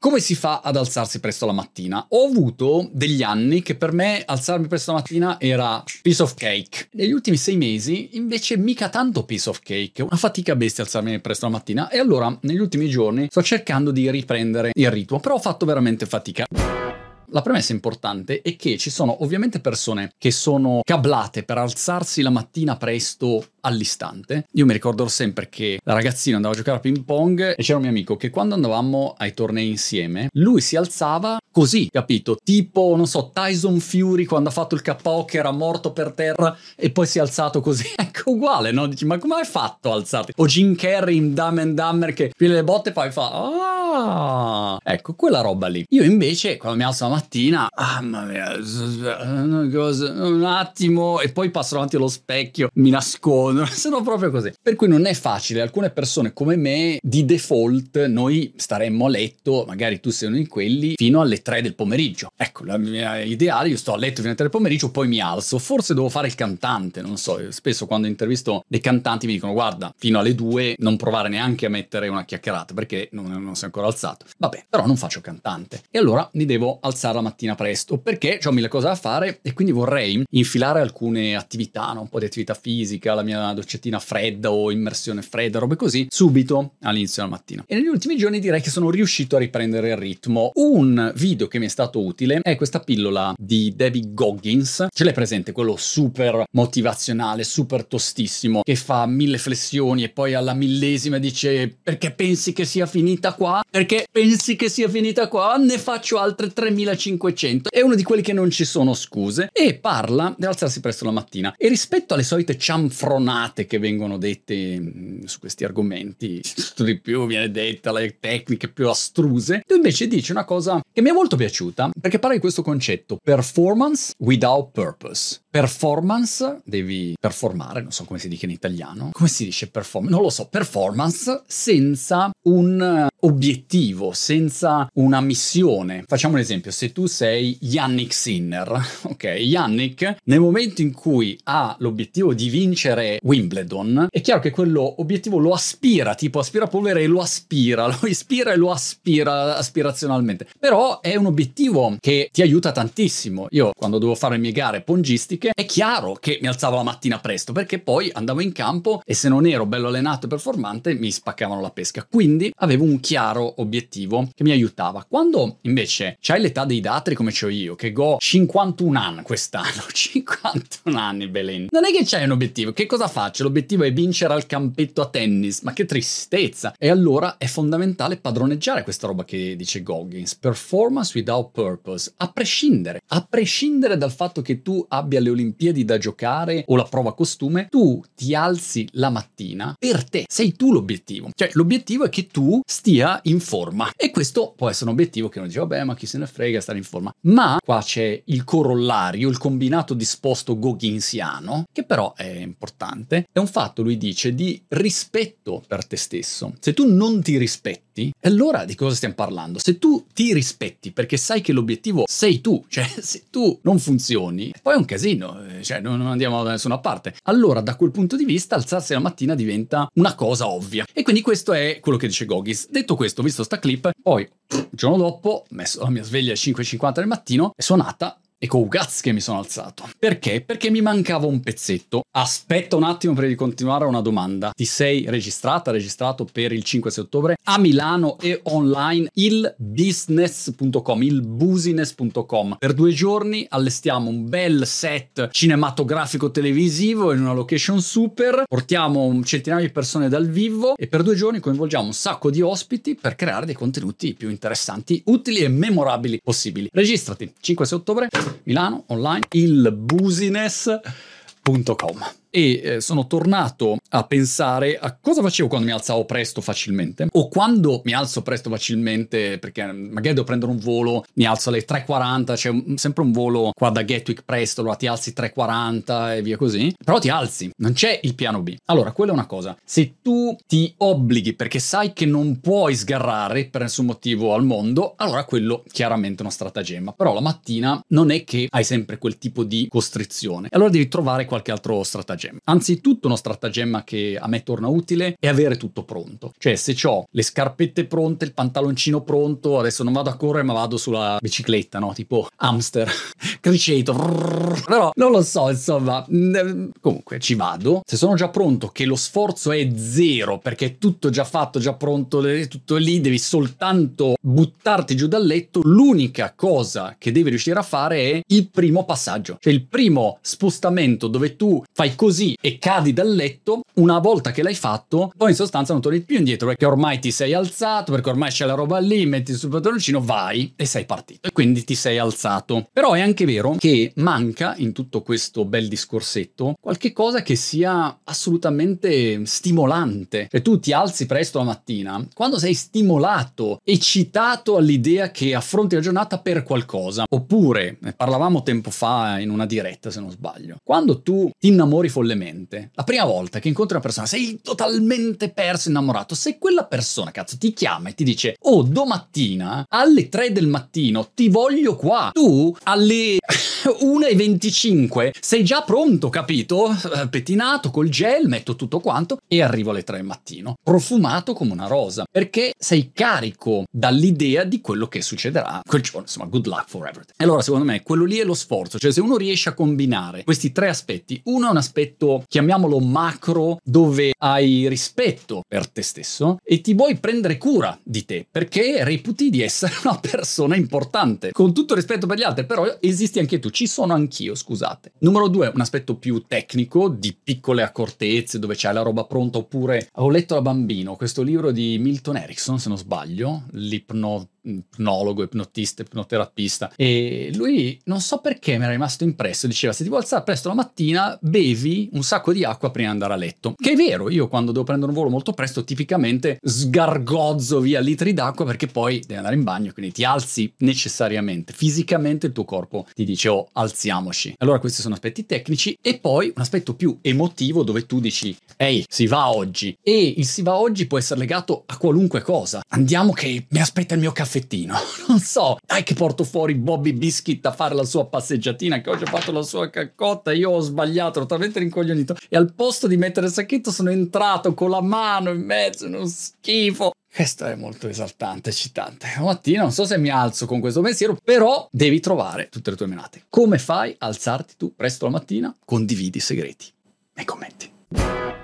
Come si fa ad alzarsi presto la mattina? Ho avuto degli anni che per me alzarmi presto la mattina era piece of cake. Negli ultimi 6 mesi invece mica tanto piece of cake, una fatica bestia alzarmi presto la mattina, e allora negli ultimi giorni sto cercando di riprendere il ritmo, però ho fatto veramente fatica. La premessa importante è che ci sono ovviamente persone che sono cablate per alzarsi la mattina presto all'istante. Io mi ricordo sempre che da ragazzino andavo a giocare a ping pong e c'era un mio amico che quando andavamo ai tornei insieme, lui si alzava così, capito? Tipo, non so, Tyson Fury quando ha fatto il KO che era morto per terra e poi si è alzato così. Ecco, uguale, no? Dici, ma come hai fatto a alzarti? O Jim Carrey in Dumb and Dumber che piglia le botte e poi fa, ah! Ecco, quella roba lì. Io invece, quando mi alzo la mattina, mamma mia, un attimo, e poi passo davanti allo specchio, mi nascondo, sono proprio così. Per cui non è facile. Alcune persone come me, di default, noi staremmo a letto, magari tu sei uno di quelli, fino alle 3 del pomeriggio. Ecco, la mia ideale, io sto a letto fino alle 3 del pomeriggio, poi mi alzo. Forse devo fare il cantante, non so, spesso quando intervisto dei cantanti mi dicono, guarda, fino alle 2 non provare neanche a mettere una chiacchierata, perché non sei ancora alzato. Vabbè, però non faccio cantante. E allora mi devo alzare la mattina presto, perché ho 1000 cose da fare e quindi vorrei infilare alcune attività, no? Un po' di attività fisica, la mia doccettina fredda o immersione fredda, robe così, subito all'inizio della mattina. E negli ultimi giorni direi che sono riuscito a riprendere il ritmo. Un video che mi è stato utile è questa pillola di David Goggins. Ce l'hai presente? Quello super motivazionale, super tostissimo, che fa 1000 flessioni e poi alla millesima dice, perché pensi che sia finita qua? Perché pensi che sia finita qua? Ne faccio altre 3500. È uno di quelli che non ci sono scuse e parla di alzarsi presto la mattina. E rispetto alle solite cianfronate che vengono dette su questi argomenti, tutto di più viene detta, le tecniche più astruse, tu invece dici una cosa che mi è molto piaciuta, perché parla di questo concetto: performance without purpose. Performance, devi performare, non so come si dice in italiano. Come si dice performance? Non lo so. Performance senza un obiettivo, senza una missione. Facciamo un esempio: se tu sei Yannick Sinner, ok? Yannick, nel momento in cui ha l'obiettivo di vincere Wimbledon, è chiaro che quello obiettivo lo aspira, tipo aspirapolvere, e lo ispira e lo aspira aspirazionalmente. Però è un obiettivo che ti aiuta tantissimo. Io, quando devo fare le mie gare pongistiche, è chiaro che mi alzavo la mattina presto, perché poi andavo in campo e se non ero bello allenato e performante mi spaccavano la pesca. Quindi avevo un chiaro obiettivo che mi aiutava. Quando invece c'hai l'età dei datri come c'ho io, che ho 51 anni quest'anno, 51 anni, Belen, non è che c'hai un obiettivo. Che cosa faccio? L'obiettivo è vincere al campetto a tennis, ma che tristezza. E allora è fondamentale padroneggiare questa roba che dice Goggins: performance without purpose, a prescindere dal fatto che tu abbia le Olimpiadi da giocare o la prova costume, tu ti alzi la mattina per te, sei tu l'obiettivo. Cioè l'obiettivo è che tu stia in forma, e questo può essere un obiettivo che uno dice, vabbè, ma chi se ne frega stare in forma. Ma qua c'è il corollario, il combinato disposto gogginsiano, che però è importante. È un fatto, lui dice, di rispetto per te stesso. Se tu non ti rispetti, allora di cosa stiamo parlando? Se tu ti rispetti perché sai che l'obiettivo sei tu, cioè se tu non funzioni, poi è un casino, cioè non andiamo da nessuna parte. Allora da quel punto di vista alzarsi la mattina diventa una cosa ovvia. E quindi questo è quello che dice Goggins. Detto questo, ho visto sta clip, poi il giorno dopo ho messo la mia sveglia alle 5:50 del mattino, è suonata, e con cazzo che mi sono alzato. Perché? Perché mi mancava un pezzetto. Aspetta un attimo prima di continuare, una domanda. Ti sei registrato per il 5-6 ottobre a Milano e online ilbusiness.com. Per 2 giorni allestiamo un bel set cinematografico televisivo in una location super, portiamo un centinaio di persone dal vivo e per 2 giorni coinvolgiamo un sacco di ospiti per creare dei contenuti più interessanti, utili e memorabili possibili. Registrati 5-6 ottobre, Milano, online, ilbusiness.com. E sono tornato a pensare a cosa facevo quando mi alzavo presto facilmente, o quando mi alzo presto facilmente perché magari devo prendere un volo, mi alzo alle 3:40, c'è sempre un volo qua da Gatwick presto, allora ti alzi 3:40 e via così, però ti alzi, non c'è il piano B. Allora quella è una cosa: se tu ti obblighi perché sai che non puoi sgarrare per nessun motivo al mondo, allora quello chiaramente è uno stratagemma. Però la mattina non è che hai sempre quel tipo di costrizione, allora devi trovare qualche altro stratagemma. stratagemma. Anzitutto uno stratagemma che a me torna utile è avere tutto pronto. Cioè se ho le scarpette pronte, il pantaloncino pronto, adesso non vado a correre ma vado sulla bicicletta, no? Tipo hamster, criceto, però non lo so, insomma, comunque ci vado. Se sono già pronto, che lo sforzo è zero perché è tutto già fatto, già pronto, tutto lì, devi soltanto buttarti giù dal letto, l'unica cosa che devi riuscire a fare è il primo passaggio, cioè il primo spostamento dove tu fai così e cadi dal letto. Una volta che l'hai fatto, poi in sostanza non torni più indietro perché ormai ti sei alzato, perché ormai c'è la roba lì, metti sul pantaloncino, vai e sei partito e quindi ti sei alzato. Però è anche vero che manca in tutto questo bel discorsetto qualche cosa che sia assolutamente stimolante. Cioè tu ti alzi presto la mattina quando sei stimolato, eccitato all'idea che affronti la giornata per qualcosa. Oppure, ne parlavamo tempo fa in una diretta se non sbaglio, quando tu ti innamori follemente, la prima volta che incontri una persona sei totalmente perso, innamorato. Se quella persona cazzo ti chiama e ti dice oh domattina alle 3 del mattino ti voglio qua, tu alle 1:25 sei già pronto, capito? Pettinato col gel, metto tutto quanto e arrivo alle 3 del mattino profumato come una rosa perché sei carico dall'idea di quello che succederà quel giorno. Insomma, good luck for everything. E allora secondo me quello lì è lo sforzo. Cioè se uno riesce a combinare questi tre aspetti, uno è un aspetto, chiamiamolo macro, dove hai rispetto per te stesso e ti vuoi prendere cura di te perché reputi di essere una persona importante, con tutto rispetto per gli altri, però esisti anche tu, ci sono anch'io, scusate. Numero due, un aspetto più tecnico, di piccole accortezze, dove c'hai la roba pronta. Oppure avevo letto da bambino questo libro di Milton Erickson, se non sbaglio, ipnologo, ipnotista, ipnoterapista, e lui non so perché mi era rimasto impresso, diceva se ti vuoi alzare presto la mattina bevi un sacco di acqua prima di andare a letto, che è vero. Io quando devo prendere un volo molto presto tipicamente sgargozzo via litri d'acqua perché poi devi andare in bagno, quindi ti alzi necessariamente, fisicamente il tuo corpo ti dice oh alziamoci. Allora questi sono aspetti tecnici. E poi un aspetto più emotivo dove tu dici ehi si va oggi, e il si va oggi può essere legato a qualunque cosa. Andiamo che mi aspetta il mio caffettino, non so, dai che porto fuori Bobby Biscuit a fare la sua passeggiatina, che oggi ha fatto la sua caccotta, io ho sbagliato, ero talmente rincoglionito e al posto di mettere il sacchetto sono entrato con la mano in mezzo, uno schifo. Questo è molto esaltante, eccitante. Stamattina non so se mi alzo con questo pensiero, però devi trovare tutte le tue menate. Come fai a alzarti tu presto la mattina? Condividi i segreti nei commenti.